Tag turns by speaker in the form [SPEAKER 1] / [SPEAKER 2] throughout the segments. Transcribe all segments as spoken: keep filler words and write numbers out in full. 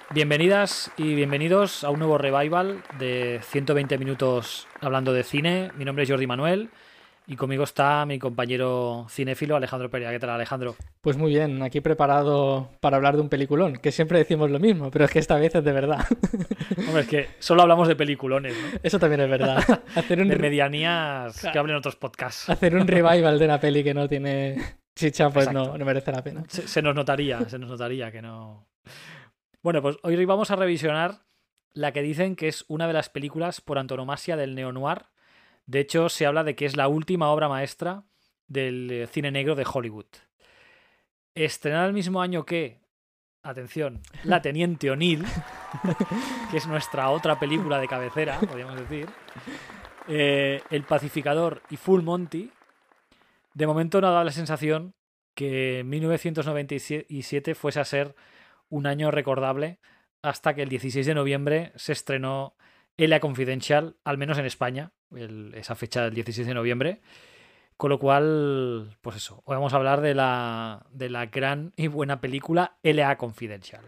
[SPEAKER 1] Bienvenidas y bienvenidos a un nuevo revival de ciento veinte minutos hablando de cine. Mi nombre es Jordi Manuel y conmigo está mi compañero cinéfilo Alejandro Perea. ¿Qué tal, Alejandro?
[SPEAKER 2] Pues muy bien, aquí preparado para hablar de un peliculón, que siempre decimos lo mismo, pero es que esta vez es de verdad.
[SPEAKER 1] Hombre, es que solo hablamos de peliculones, ¿no?
[SPEAKER 2] Eso también es verdad. Hacer un,
[SPEAKER 1] De
[SPEAKER 2] re-
[SPEAKER 1] medianías que hablen otros podcasts.
[SPEAKER 2] hacer un revival de una peli que no tiene chicha, pues
[SPEAKER 1] Exacto.
[SPEAKER 2] no, no merece la pena.
[SPEAKER 1] Se, se nos notaría, se nos notaría que no... Bueno, pues hoy vamos a revisionar la que dicen que es una de las películas por antonomasia del neo-noir. De hecho, se habla de que es la última obra maestra del eh, cine negro de Hollywood. Estrenada el mismo año que, atención, La Teniente O'Neill, que es nuestra otra película de cabecera, podríamos decir, eh, El Pacificador y Full Monty, de momento no ha dado la sensación que mil novecientos noventa y siete fuese a ser un año recordable hasta que el dieciséis de noviembre se estrenó L A Confidential, al menos en España, el, esa fecha del dieciséis de noviembre. Con lo cual, pues eso, hoy vamos a hablar de la, de la gran y buena película L A Confidential.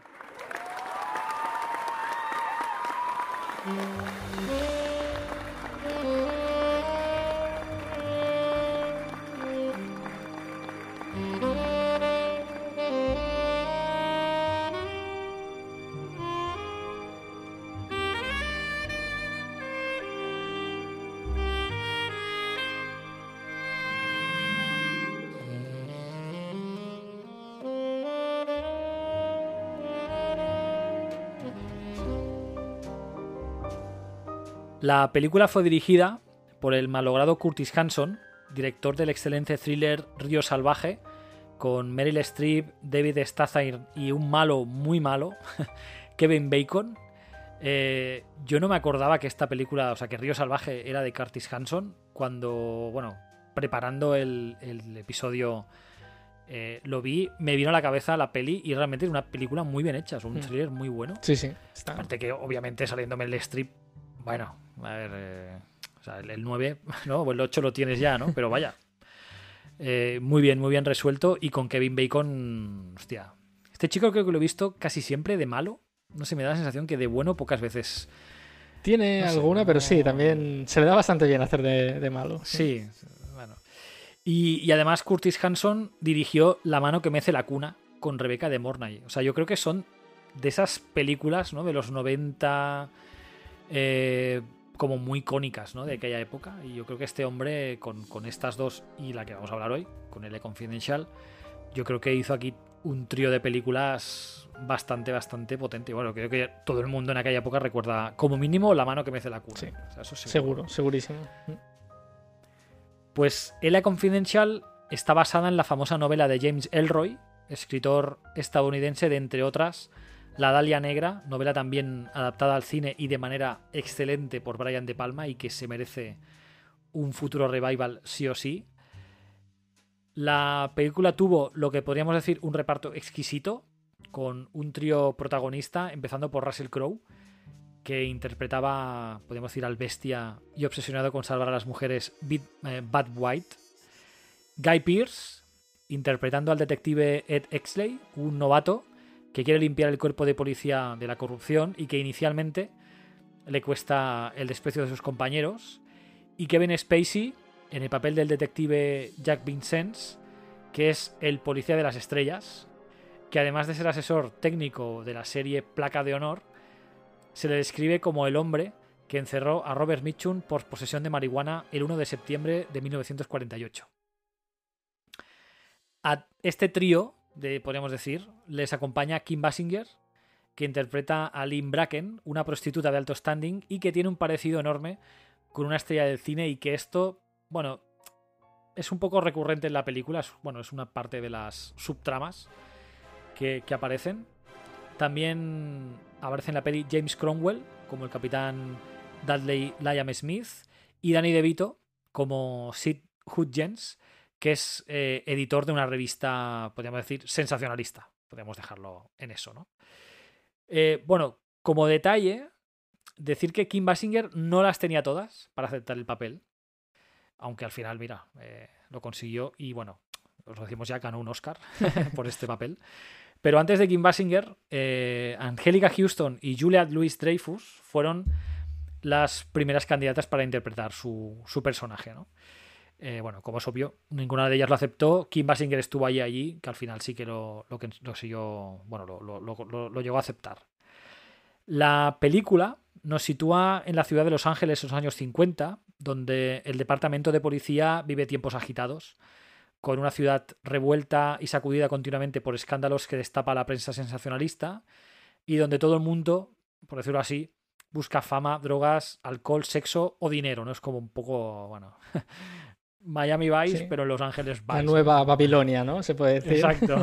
[SPEAKER 1] La película fue dirigida por el malogrado Curtis Hanson, director del excelente thriller Río Salvaje, con Meryl Streep, David Strathairn y un malo muy malo, Kevin Bacon. Eh, yo no me acordaba que esta película, o sea, que Río Salvaje era de Curtis Hanson, cuando, bueno, preparando el, el episodio eh, lo vi, me vino a la cabeza la peli y realmente es una película muy bien hecha, es un thriller muy bueno.
[SPEAKER 2] Sí, sí. Está.
[SPEAKER 1] Aparte que obviamente saliendo Meryl Streep, bueno, a ver, eh, o sea, el, el nueve, ¿no? O el ocho lo tienes ya, ¿no? Pero vaya. Eh, muy bien, muy bien resuelto. Y con Kevin Bacon, hostia. Este chico creo que lo he visto casi siempre de malo. No sé, me da la sensación que de bueno pocas veces.
[SPEAKER 2] Tiene
[SPEAKER 1] No sé,
[SPEAKER 2] alguna,
[SPEAKER 1] no...
[SPEAKER 2] pero sí, también se le da bastante bien hacer de, de malo.
[SPEAKER 1] Sí, bueno. Y, y además Curtis Hanson dirigió La mano que mece la cuna con Rebecca de Mornay. O sea, yo creo que son de esas películas, ¿no? De los noventa... Eh, como muy icónicas, ¿no? De aquella época. Y yo creo que este hombre, con, con estas dos y la que vamos a hablar hoy, con L A Confidential, yo creo que hizo aquí un trío de películas bastante, bastante potente. Y bueno, creo que todo el mundo en aquella época recuerda, como mínimo, La mano que mece la cuna.
[SPEAKER 2] Sí.
[SPEAKER 1] O sea, eso
[SPEAKER 2] seguro. seguro, segurísimo.
[SPEAKER 1] Pues L A Confidential está basada en la famosa novela de James Ellroy, escritor estadounidense de, entre otras, La Dalia Negra, novela también adaptada al cine y de manera excelente por Brian De Palma y que se merece un futuro revival sí o sí. La película tuvo lo que podríamos decir un reparto exquisito, con un trío protagonista, empezando por Russell Crowe, que interpretaba, podríamos decir, al bestia y obsesionado con salvar a las mujeres Bud White. Guy Pearce, interpretando al detective Ed Exley, un novato que quiere limpiar el cuerpo de policía de la corrupción y que inicialmente le cuesta el desprecio de sus compañeros. Y Kevin Spacey, en el papel del detective Jack Vincennes, que es el policía de las estrellas, que además de ser asesor técnico de la serie Placa de Honor, se le describe como el hombre que encerró a Robert Mitchum por posesión de marihuana el uno de septiembre de mil novecientos cuarenta y ocho. A este trío, de, podríamos decir, les acompaña Kim Basinger, que interpreta a Lynn Bracken, una prostituta de alto standing y que tiene un parecido enorme con una estrella del cine, y que esto, bueno, es un poco recurrente en la película, es, bueno, es una parte de las subtramas que, que aparecen. También aparece en la peli James Cromwell como el capitán Dudley Liam Smith y Danny DeVito como Sid Hudgens, que es eh, editor de una revista, podríamos decir, sensacionalista. Podríamos dejarlo en eso, ¿no? Eh, bueno, como detalle, decir que Kim Basinger no las tenía todas para aceptar el papel, aunque al final, mira, eh, lo consiguió y bueno, os lo decimos ya, ganó un Oscar por este papel. Pero antes de Kim Basinger, eh, Angélica Houston y Juliette Louis-Dreyfus fueron las primeras candidatas para interpretar su, su personaje, ¿no? Eh, bueno, como es obvio, ninguna de ellas lo aceptó. Kim Basinger estuvo allí, allí, que al final sí que lo, lo, lo siguió, bueno, lo, lo, lo, lo llegó a aceptar. La película nos sitúa en la ciudad de Los Ángeles en los años cincuenta, donde el departamento de policía vive tiempos agitados, con una ciudad revuelta y sacudida continuamente por escándalos que destapa la prensa sensacionalista, y donde todo el mundo, por decirlo así, busca fama, drogas, alcohol, sexo o dinero, ¿no? Es como un poco, bueno, Miami Vice, sí, pero en Los Ángeles Vice.
[SPEAKER 2] La nueva, ¿no? Babilonia, ¿no? Se puede decir.
[SPEAKER 1] Exacto.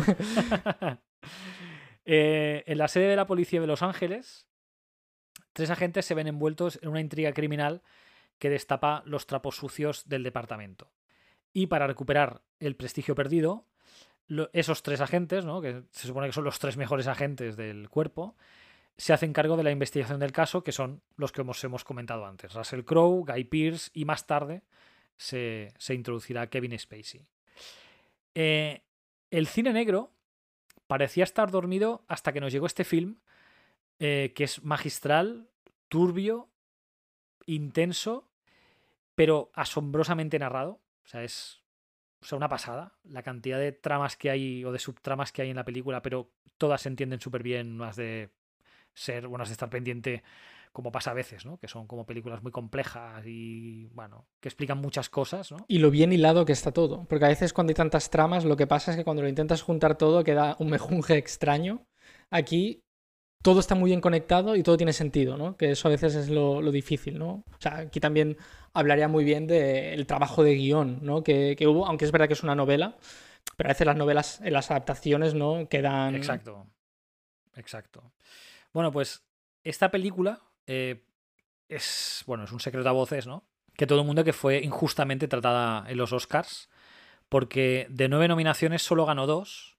[SPEAKER 1] eh, en la sede de la policía de Los Ángeles, tres agentes se ven envueltos en una intriga criminal que destapa los trapos sucios del departamento. Y para recuperar el prestigio perdido, lo, esos tres agentes, ¿no? Que se supone que son los tres mejores agentes del cuerpo, se hacen cargo de la investigación del caso, que son los que hemos, hemos comentado antes. Russell Crowe, Guy Pearce y más tarde se, se introducirá Kevin Spacey. Eh, el cine negro parecía estar dormido hasta que nos llegó este film, eh, que es magistral, turbio, intenso, pero asombrosamente narrado. O sea, es o sea, una pasada la cantidad de tramas que hay o de subtramas que hay en la película, pero todas se entienden súper bien, más de ser, bueno, de estar pendiente, como pasa a veces, ¿no? Que son como películas muy complejas y, bueno, que explican muchas cosas, ¿no?
[SPEAKER 2] Y lo bien hilado que está todo, porque a veces cuando hay tantas tramas, lo que pasa es que cuando lo intentas juntar todo queda un mejunje extraño. Aquí todo está muy bien conectado y todo tiene sentido, ¿no? Que eso a veces es lo, lo difícil, ¿no? O sea, aquí también hablaría muy bien del trabajo de guión, ¿no? Que, que hubo, aunque es verdad que es una novela, pero a veces las novelas, en las adaptaciones, ¿no? Quedan...
[SPEAKER 1] Exacto, exacto. Bueno, pues esta película eh, es, bueno, es un secreto a voces, ¿no? Que todo el mundo que fue injustamente tratada en los Oscars, porque de nueve nominaciones solo ganó dos,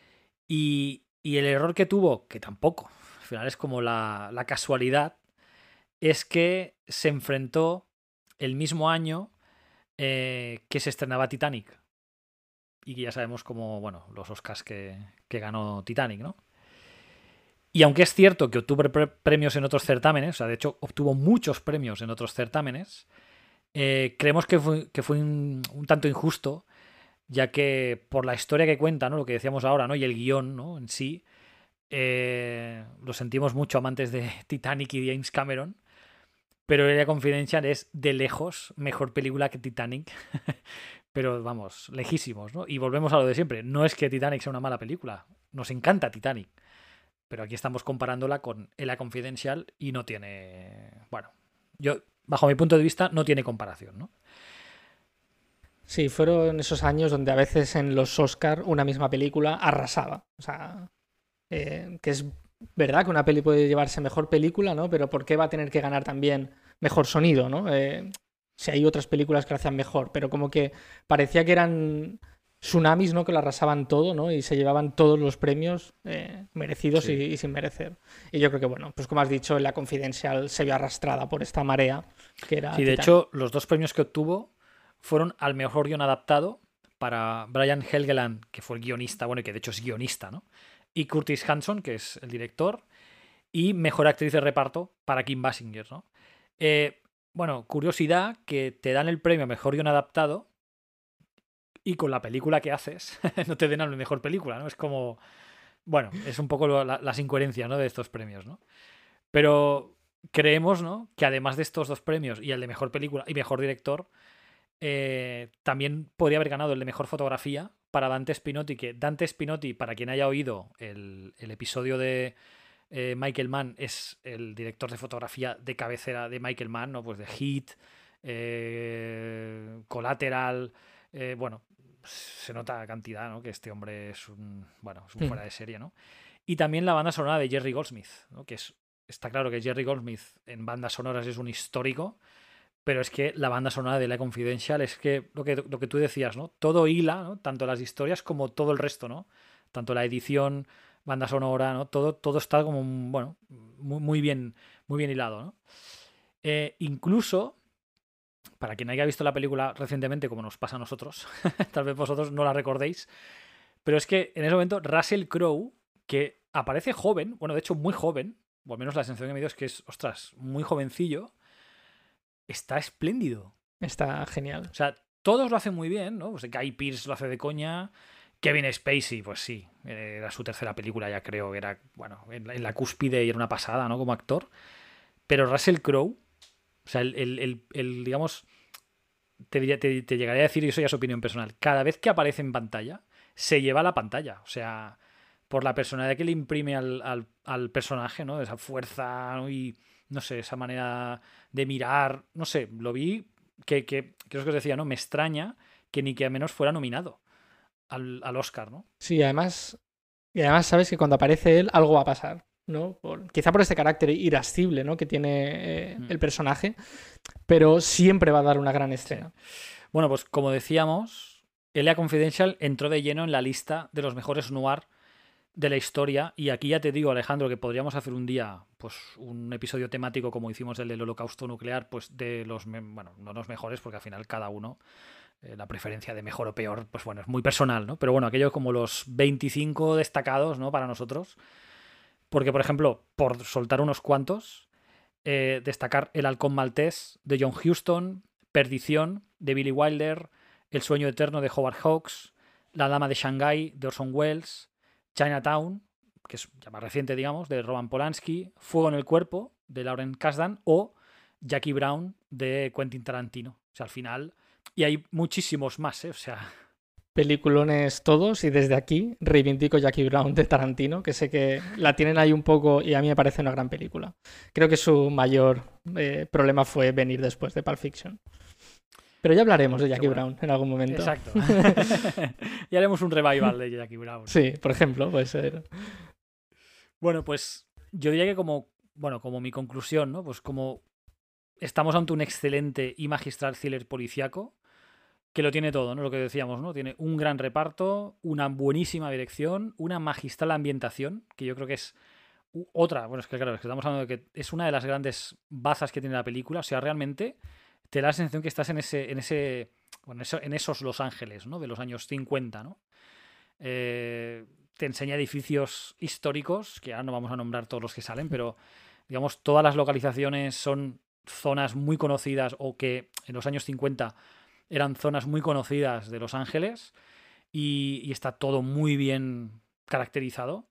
[SPEAKER 1] y, y el error que tuvo, que tampoco, al final es como la, la casualidad, es que se enfrentó el mismo año eh, que se estrenaba Titanic. Y que ya sabemos cómo, bueno, los Oscars que, que ganó Titanic, ¿no? Y aunque es cierto que obtuvo pre premios en otros certámenes, o sea, de hecho obtuvo muchos premios en otros certámenes, eh, creemos que fue, que fue un, un tanto injusto, ya que por la historia que cuenta, ¿no? Lo que decíamos ahora, ¿no? Y el guión, ¿no? En sí, eh, lo sentimos mucho amantes de Titanic y James Cameron, pero Area Confidential es de lejos mejor película que Titanic. Pero vamos, lejísimos, ¿no? Y volvemos a lo de siempre. No es que Titanic sea una mala película. Nos encanta Titanic. Pero aquí estamos comparándola con Area Confidential y no tiene... Bueno, yo, bajo mi punto de vista, no tiene comparación, ¿no?
[SPEAKER 2] Sí, fueron esos años donde a veces en los Oscar una misma película arrasaba. O sea, eh, que es verdad que una peli puede llevarse mejor película, ¿no? Pero ¿por qué va a tener que ganar también mejor sonido, ¿no? Eh, si hay otras películas que lo hacían mejor, pero como que parecía que eran tsunamis, ¿no? Que lo arrasaban todo, ¿no? Y se llevaban todos los premios eh, merecidos sí. y, y sin merecer. Y yo creo que, bueno, pues como has dicho, La Confidencial se vio arrastrada por esta marea que era...
[SPEAKER 1] Sí, de Titanic. Hecho, los dos premios que obtuvo fueron al mejor guion adaptado para Brian Helgeland, que fue el guionista, bueno, y que de hecho es guionista, ¿no? Y Curtis Hanson, que es el director, y mejor actriz de reparto para Kim Basinger, ¿no? Eh, bueno, curiosidad, que te dan el premio a mejor guion adaptado y con la película que haces no te den a la mejor película, ¿no? Es como... Bueno, es un poco la, las incoherencias, ¿no? De estos premios, ¿no? Pero creemos, ¿no? Que además de estos dos premios y el de mejor película y mejor director, eh, también podría haber ganado el de mejor fotografía para Dante Spinotti, que Dante Spinotti, para quien haya oído el, el episodio de eh, Michael Mann, es el director de fotografía de cabecera de Michael Mann, ¿no? Pues de Heat, eh, Collateral, eh, bueno, se nota la cantidad, ¿no? Que este hombre es un, bueno, es un fuera de serie, ¿no? Y también la banda sonora de Jerry Goldsmith, ¿no? Que es, está claro que Jerry Goldsmith en bandas sonoras es un histórico, pero es que la banda sonora de La Confidential es que lo que, lo que tú decías, ¿no? Todo hila, ¿no? Tanto las historias como todo el resto, ¿no? Tanto la edición, banda sonora, ¿no? Todo, todo está como, bueno, muy, muy, bien, muy bien hilado, ¿no? Eh, incluso, para quien haya visto la película recientemente, como nos pasa a nosotros, tal vez vosotros no la recordéis, pero es que en ese momento Russell Crowe, que aparece joven, bueno, de hecho muy joven, o al menos la sensación que me dio es que es, ostras, muy jovencillo, está espléndido.
[SPEAKER 2] Está genial.
[SPEAKER 1] O sea, todos lo hacen muy bien, ¿no? Pues Guy Pearce lo hace de coña. Kevin Spacey, pues sí, era su tercera película, ya creo que era, bueno, en la, en la cúspide y era una pasada, ¿no? Como actor. Pero Russell Crowe, o sea, el, el, el, el digamos, te, te, te llegaría a decir, y eso ya es opinión personal, cada vez que aparece en pantalla, se lleva la pantalla. O sea, por la personalidad que le imprime al, al, al personaje, ¿no? Esa fuerza, ¿no? Y, no sé, esa manera de mirar, no sé, lo vi que, que, que es lo que os decía, ¿no? Me extraña que ni que a menos fuera nominado al, al Oscar, ¿no?
[SPEAKER 2] Sí, además, y además sabes que cuando aparece él algo va a pasar, ¿no? Por, quizá por este carácter irascible, ¿no? Que tiene eh,
[SPEAKER 1] Mm.
[SPEAKER 2] el personaje, pero siempre va a dar una gran escena.
[SPEAKER 1] Sí. Bueno, pues como decíamos, L A Confidential entró de lleno en la lista de los mejores noir de la historia, y aquí ya te digo, Alejandro, que podríamos hacer un día pues un episodio temático como hicimos el del holocausto nuclear, pues de los, bueno, no los mejores, porque al final cada uno, eh, la preferencia de mejor o peor, pues bueno, es muy personal, ¿no? Pero bueno, aquellos como los veinticinco destacados, ¿no? Para nosotros, porque por ejemplo, por soltar unos cuantos, eh, destacar El halcón maltés de John Huston, Perdición de Billy Wilder, El sueño eterno de Howard Hawks, La dama de Shanghái de Orson Welles, Chinatown, que es ya más reciente, digamos, de Roman Polanski, Fuego en el cuerpo de Lauren Kasdan o Jackie Brown de Quentin Tarantino. O sea, al final, y hay muchísimos más, ¿eh? O sea...
[SPEAKER 2] Peliculones todos, y desde aquí reivindico Jackie Brown de Tarantino, que sé que la tienen ahí un poco y a mí me parece una gran película. Creo que su mayor eh, problema fue venir después de Pulp Fiction. Pero ya hablaremos de Jackie bueno. Brown en algún momento.
[SPEAKER 1] Exacto. Y haremos un revival de Jackie Brown.
[SPEAKER 2] Sí, por ejemplo, puede ser.
[SPEAKER 1] Bueno, pues yo diría que como, bueno, como mi conclusión, ¿no? Pues como estamos ante un excelente y magistral thriller policíaco que lo tiene todo, ¿no? Lo que decíamos, ¿no? Tiene un gran reparto, una buenísima dirección, una magistral ambientación, que yo creo que es otra, bueno, es que claro, es que estamos hablando de que es una de las grandes bazas que tiene la película, o sea, realmente te da la sensación que estás en ese, en ese, bueno, eso, en esos Los Ángeles, ¿no? De los años cincuenta, ¿no? Eh, te enseña edificios históricos, que ahora no vamos a nombrar todos los que salen, pero digamos, todas las localizaciones son zonas muy conocidas o que en los años cincuenta eran zonas muy conocidas de Los Ángeles, y, y está todo muy bien caracterizado.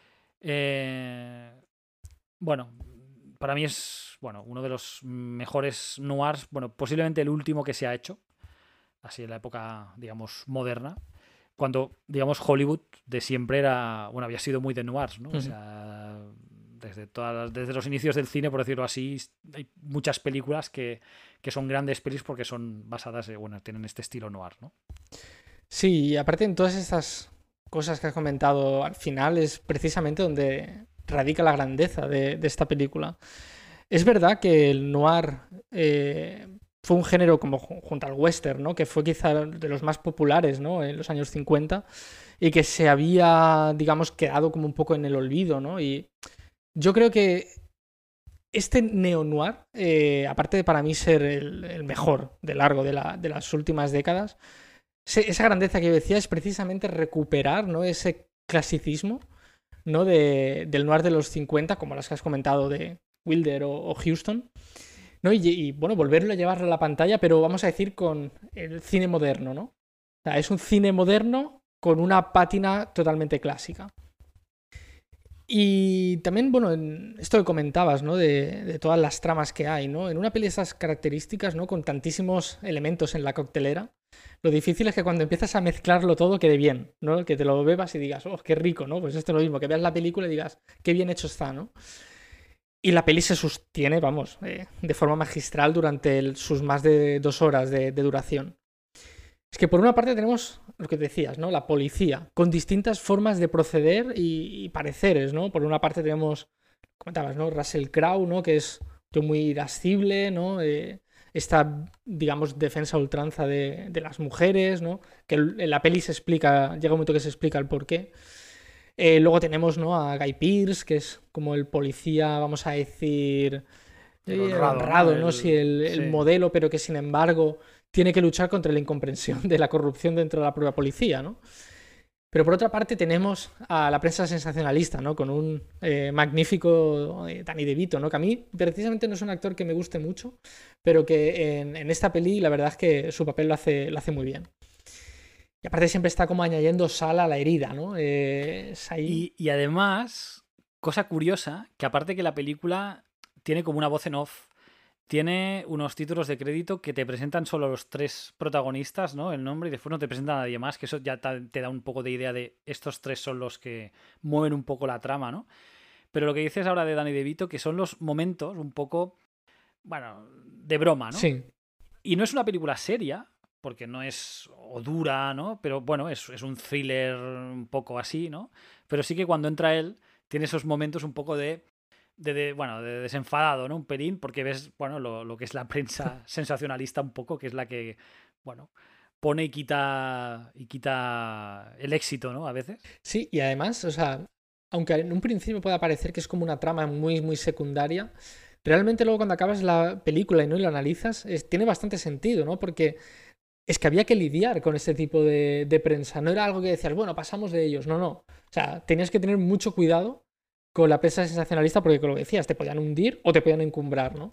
[SPEAKER 1] Eh, bueno, para mí es bueno, uno de los mejores noirs, bueno, posiblemente el último que se ha hecho, así en la época, digamos, moderna, cuando, digamos, Hollywood de siempre era, bueno, había sido muy de noirs, ¿no? Uh-huh. O sea, desde, todas, desde los inicios del cine, por decirlo así, hay muchas películas que, que son grandes pelis porque son basadas, en, bueno, tienen este estilo noir, ¿no?
[SPEAKER 2] Sí, y aparte en todas estas cosas que has comentado al final es precisamente donde radica la grandeza de, de esta película. Es verdad que el noir eh, fue un género como junto al western, ¿no? Que fue quizá de los más populares, ¿no? En los años cincuenta, y que se había, digamos, quedado como un poco en el olvido, ¿no? Y yo creo que este neo-noir, eh, aparte de para mí ser el, el mejor de largo de, la, de las últimas décadas, se, esa grandeza que yo decía es precisamente recuperar, ¿no? Ese clasicismo, ¿no? De, del noir de los cincuenta, como las que has comentado de Wilder o, o Huston, ¿no? Y, y bueno, volverlo a llevar a la pantalla, pero vamos a decir con el cine moderno, ¿no? O sea, es un cine moderno con una pátina totalmente clásica. Y también, bueno, en esto que comentabas, ¿no? De, de todas las tramas que hay, ¿no? En una peli de esas características, ¿no? Con tantísimos elementos en la coctelera, lo difícil es que cuando empiezas a mezclarlo todo quede bien, ¿no? Que te lo bebas y digas, oh, qué rico, ¿no? Pues esto es lo mismo, que veas la película y digas, qué bien hecho está, ¿no? Y la peli se sostiene, vamos, eh, de forma magistral durante el, sus más de dos horas de, de duración. Es que por una parte tenemos lo que decías, ¿no? La policía, con distintas formas de proceder y, y pareceres, ¿no? Por una parte tenemos, comentabas, ¿no? Russell Crowe, ¿no? Que es muy irascible, ¿no? Eh, esta, digamos, defensa a ultranza de, de las mujeres, ¿no? Que en la peli se explica, llega un momento que se explica el porqué. Eh, luego tenemos, ¿no? A Guy Pearce, que es como el policía, vamos a decir, eh, honrado, honrado, ¿no? El, sí, el, el sí. modelo, pero que sin embargo tiene que luchar contra la incomprensión de la corrupción dentro de la propia policía, ¿no? Pero por otra parte tenemos a la prensa sensacionalista, ¿no? Con un eh, magnífico eh, Danny DeVito, ¿no? Que a mí precisamente no es un actor que me guste mucho, pero que en, en esta peli la verdad es que su papel lo hace, lo hace muy bien. Y aparte siempre está como añadiendo sal a la herida, ¿no? Eh, es ahí...
[SPEAKER 1] y, y además, cosa curiosa, que aparte que la película tiene como una voz en off, tiene unos títulos de crédito que te presentan solo los tres protagonistas, ¿no? El nombre, y después no te presentan a nadie más, que eso ya te da un poco de idea de estos tres son los que mueven un poco la trama, ¿no? Pero lo que dices ahora de Danny DeVito, que son los momentos un poco, bueno, de broma, ¿no?
[SPEAKER 2] Sí.
[SPEAKER 1] Y no es una película seria, porque no es o dura, ¿no? Pero bueno, es, es un thriller un poco así, ¿no? Pero sí que cuando entra él, tiene esos momentos un poco de... De, de, bueno, de desenfadado, ¿no? Un pelín, porque ves, bueno, lo, lo que es la prensa sensacionalista un poco, que es la que, bueno, pone y quita y quita el éxito, ¿no? A veces.
[SPEAKER 2] Sí, y además, o sea, aunque en un principio pueda parecer que es como una trama muy, muy secundaria, realmente luego cuando acabas la película y no y lo analizas, es, tiene bastante sentido, ¿no? Porque es que había que lidiar con este tipo de, de prensa. No era algo que decías, bueno, pasamos de ellos. No, no. O sea, tenías que tener mucho cuidado con la prensa sensacionalista porque, como decías, te podían hundir o te podían encumbrar, ¿no?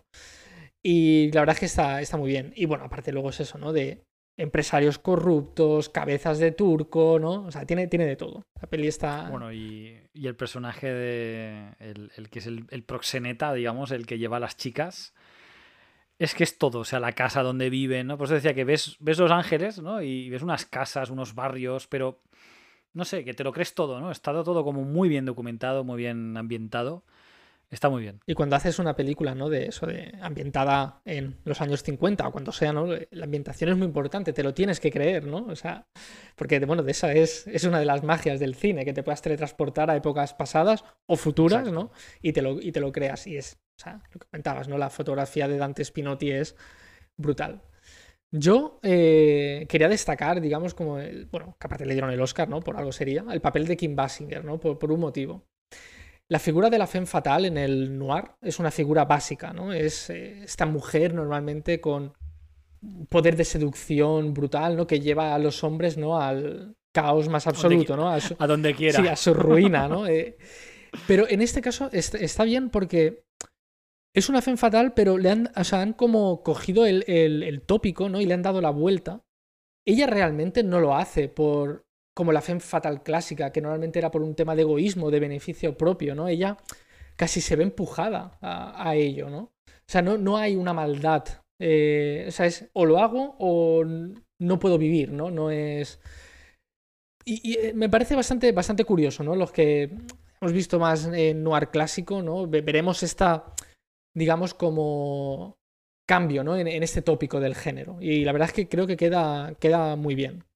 [SPEAKER 2] Y la verdad es que está, está muy bien. Y bueno, aparte luego es eso, ¿no? De empresarios corruptos, cabezas de turco, ¿no? O sea, tiene, tiene de todo. La peli está...
[SPEAKER 1] Bueno, y, y el personaje de... El, el que es el, el proxeneta, digamos, el que lleva a las chicas... Es que es todo, o sea, la casa donde viven, ¿no? Por eso decía que ves, ves Los Ángeles, ¿no? Y ves unas casas, unos barrios, pero... No sé, que te lo crees todo, ¿no? Está todo como muy bien documentado, muy bien ambientado. Está muy bien.
[SPEAKER 2] Y cuando haces una película, ¿no? De eso, de ambientada en los años cincuenta o cuando sea, ¿no? La ambientación es muy importante, te lo tienes que creer, ¿no? O sea, porque, bueno, de esa es, es una de las magias del cine, que te puedas teletransportar a épocas pasadas o futuras, Exacto. ¿no? Y te, lo, y te lo creas. Y es, o sea, lo que comentabas, ¿no? La fotografía de Dante Spinotti es brutal. Yo eh, quería destacar, digamos, como el, bueno, que aparte le dieron el Oscar, ¿no? Por algo sería, el papel de Kim Basinger, ¿no? Por, por un motivo. La figura de la femme fatale en el noir es una figura básica, ¿no? Es eh, esta mujer normalmente con poder de seducción brutal, ¿no? Que lleva a los hombres, ¿no? Al caos más absoluto, ¿no?
[SPEAKER 1] A, su, a donde quiera.
[SPEAKER 2] Sí, a su ruina, ¿no? Eh, pero en este caso está, está bien porque es una femme fatale, pero le han, o sea, han como cogido el, el, el tópico, ¿no? Y le han dado la vuelta. Ella realmente no lo hace por como la femme fatale clásica, que normalmente era por un tema de egoísmo, de beneficio propio, ¿no? Ella casi se ve empujada a, a ello, ¿no? O sea, no, no hay una maldad. Eh, o sea, es o lo hago o no puedo vivir, ¿no? No es... Y, y me parece bastante, bastante curioso, ¿no? Los que hemos visto más en noir clásico, ¿no? Veremos esta, digamos, como cambio, ¿no? En, en este tópico del género. Y la verdad es que creo que queda, queda muy bien.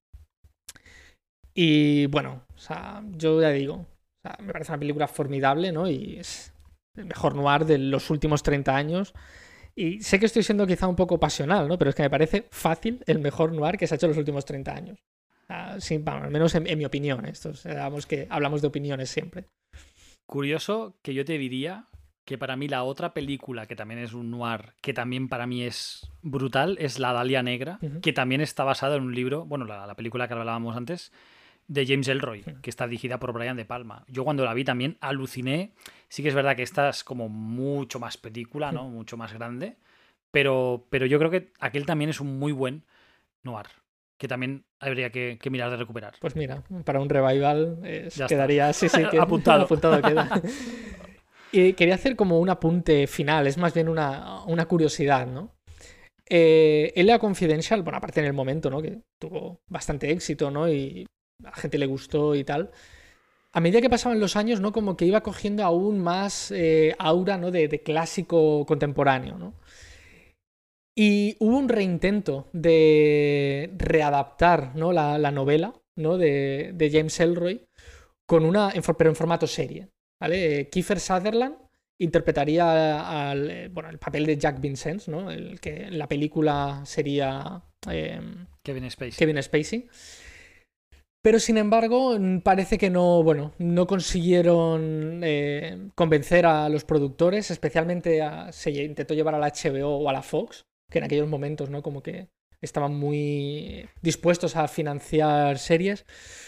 [SPEAKER 2] Y bueno, o sea, yo ya digo, o sea, me parece una película formidable, ¿no? Y es el mejor noir de los últimos treinta años. Y sé que estoy siendo quizá un poco pasional, ¿no? Pero es que me parece fácil el mejor noir que se ha hecho en los últimos treinta años. Uh, sí, bueno, al menos en, en mi opinión. Esto, digamos que hablamos de opiniones siempre.
[SPEAKER 1] Curioso que yo te diría que para mí la otra película, que también es un noir, que también para mí es brutal, es La Dalia Negra, uh-huh. que también está basada en un libro, bueno, la, la película que hablábamos antes, de James Ellroy, uh-huh. que está dirigida por Brian De Palma. Yo cuando la vi también aluciné. Sí que es verdad que esta es como mucho más película, ¿no? Uh-huh. Mucho más grande, pero, pero yo creo que aquel también es un muy buen noir, que también habría que, que mirar de recuperar.
[SPEAKER 2] Pues mira, para un revival eh, quedaría sí, sí, que,
[SPEAKER 1] apuntado.
[SPEAKER 2] apuntado queda. Y quería hacer como un apunte final, es más bien una, una curiosidad, ¿no? Eh, L A Confidential, bueno, aparte en el momento, ¿no? Que tuvo bastante éxito, ¿no? Y a la gente le gustó y tal. A medida que pasaban los años, ¿no? Como que iba cogiendo aún más eh, aura, ¿no? De, de clásico contemporáneo, ¿no? Y hubo un reintento de readaptar, ¿no? la, la novela, ¿no? de, de James Ellroy, con una, pero en formato serie, ¿vale? Kiefer Sutherland interpretaría al, bueno, el papel de Jack Vincennes, ¿no? El que en la película sería eh,
[SPEAKER 1] Kevin Spacey.
[SPEAKER 2] Kevin Spacey. Pero sin embargo, parece que no, bueno, no consiguieron eh, convencer a los productores, especialmente a, se intentó llevar a la H B O o a la Fox, que en aquellos momentos, ¿no? Como que estaban muy dispuestos a financiar series.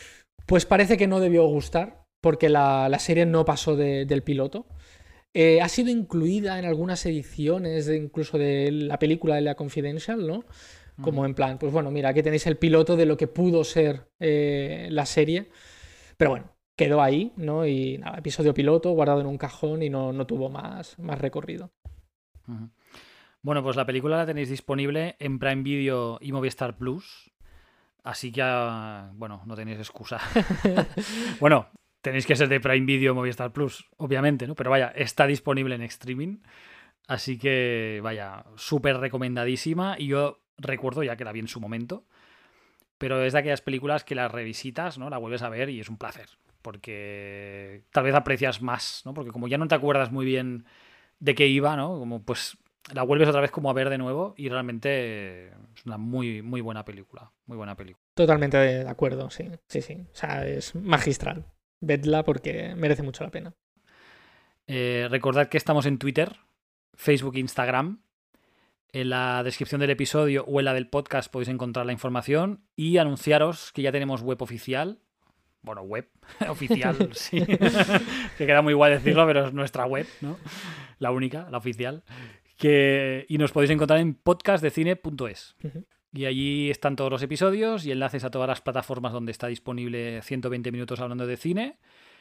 [SPEAKER 2] Pues parece que no debió gustar, porque la, la serie no pasó de, del piloto. Eh, ha sido incluida en algunas ediciones, de, incluso de la película de la Confidential, ¿no? Como en plan, pues bueno, mira, aquí tenéis el piloto de lo que pudo ser eh, la serie. Pero bueno, quedó ahí, ¿no? Y nada, episodio piloto, guardado en un cajón y no, no tuvo más, más recorrido.
[SPEAKER 1] Uh-huh. Bueno, pues la película la tenéis disponible en Prime Video y Movistar Plus. Así que, bueno, no tenéis excusa. Bueno, tenéis que ser de Prime Video o Movistar Plus, obviamente, ¿no? Pero vaya, está disponible en streaming. Así que, vaya, súper recomendadísima. Y yo recuerdo ya que la vi en su momento. Pero es de aquellas películas que las revisitas, ¿no? La vuelves a ver y es un placer. Porque tal vez aprecias más, ¿no? Porque como ya no te acuerdas muy bien de qué iba, ¿no? Como pues la vuelves otra vez como a ver de nuevo y realmente es una muy, muy buena película. Muy buena película.
[SPEAKER 2] Totalmente de acuerdo, sí. Sí, sí. O sea, es magistral. Vedla porque merece mucho la pena.
[SPEAKER 1] Eh, recordad que estamos en Twitter, Facebook e Instagram. En la descripción del episodio o en la del podcast podéis encontrar la información y anunciaros que ya tenemos web oficial. Bueno, web oficial, sí. Que queda muy igual decirlo, pero es nuestra web, ¿no? La única, la oficial. Que... Y nos podéis encontrar en podcast de cine punto es. Uh-huh. Y allí están todos los episodios y enlaces a todas las plataformas donde está disponible ciento veinte minutos hablando de cine.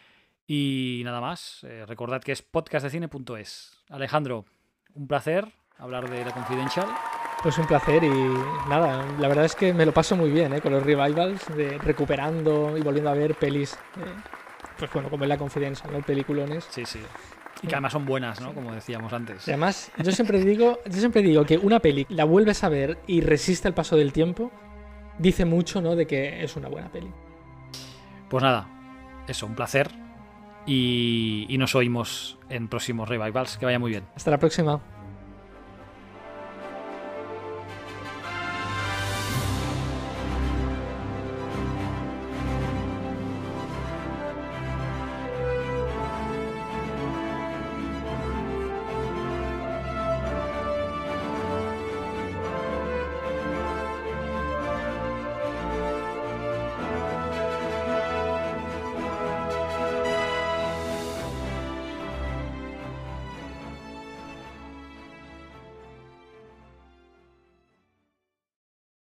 [SPEAKER 1] Y nada más. Eh, recordad que es podcast de cine punto es. Alejandro, un placer hablar de la Confidential.
[SPEAKER 2] Pues un placer y nada, la verdad es que me lo paso muy bien, ¿eh? Con los revivals, de recuperando y volviendo a ver pelis, eh, pues bueno, como es la Confidential, ¿no? Peliculones.
[SPEAKER 1] Sí, sí. Y que además son buenas, ¿no? Como decíamos antes.
[SPEAKER 2] Y además, yo siempre digo, yo siempre digo que una peli la vuelves a ver y resiste el paso del tiempo, dice mucho, ¿no? De que es una buena peli.
[SPEAKER 1] Pues nada, eso, un placer y, y nos oímos en próximos revivals. Que vaya muy bien.
[SPEAKER 2] Hasta la próxima.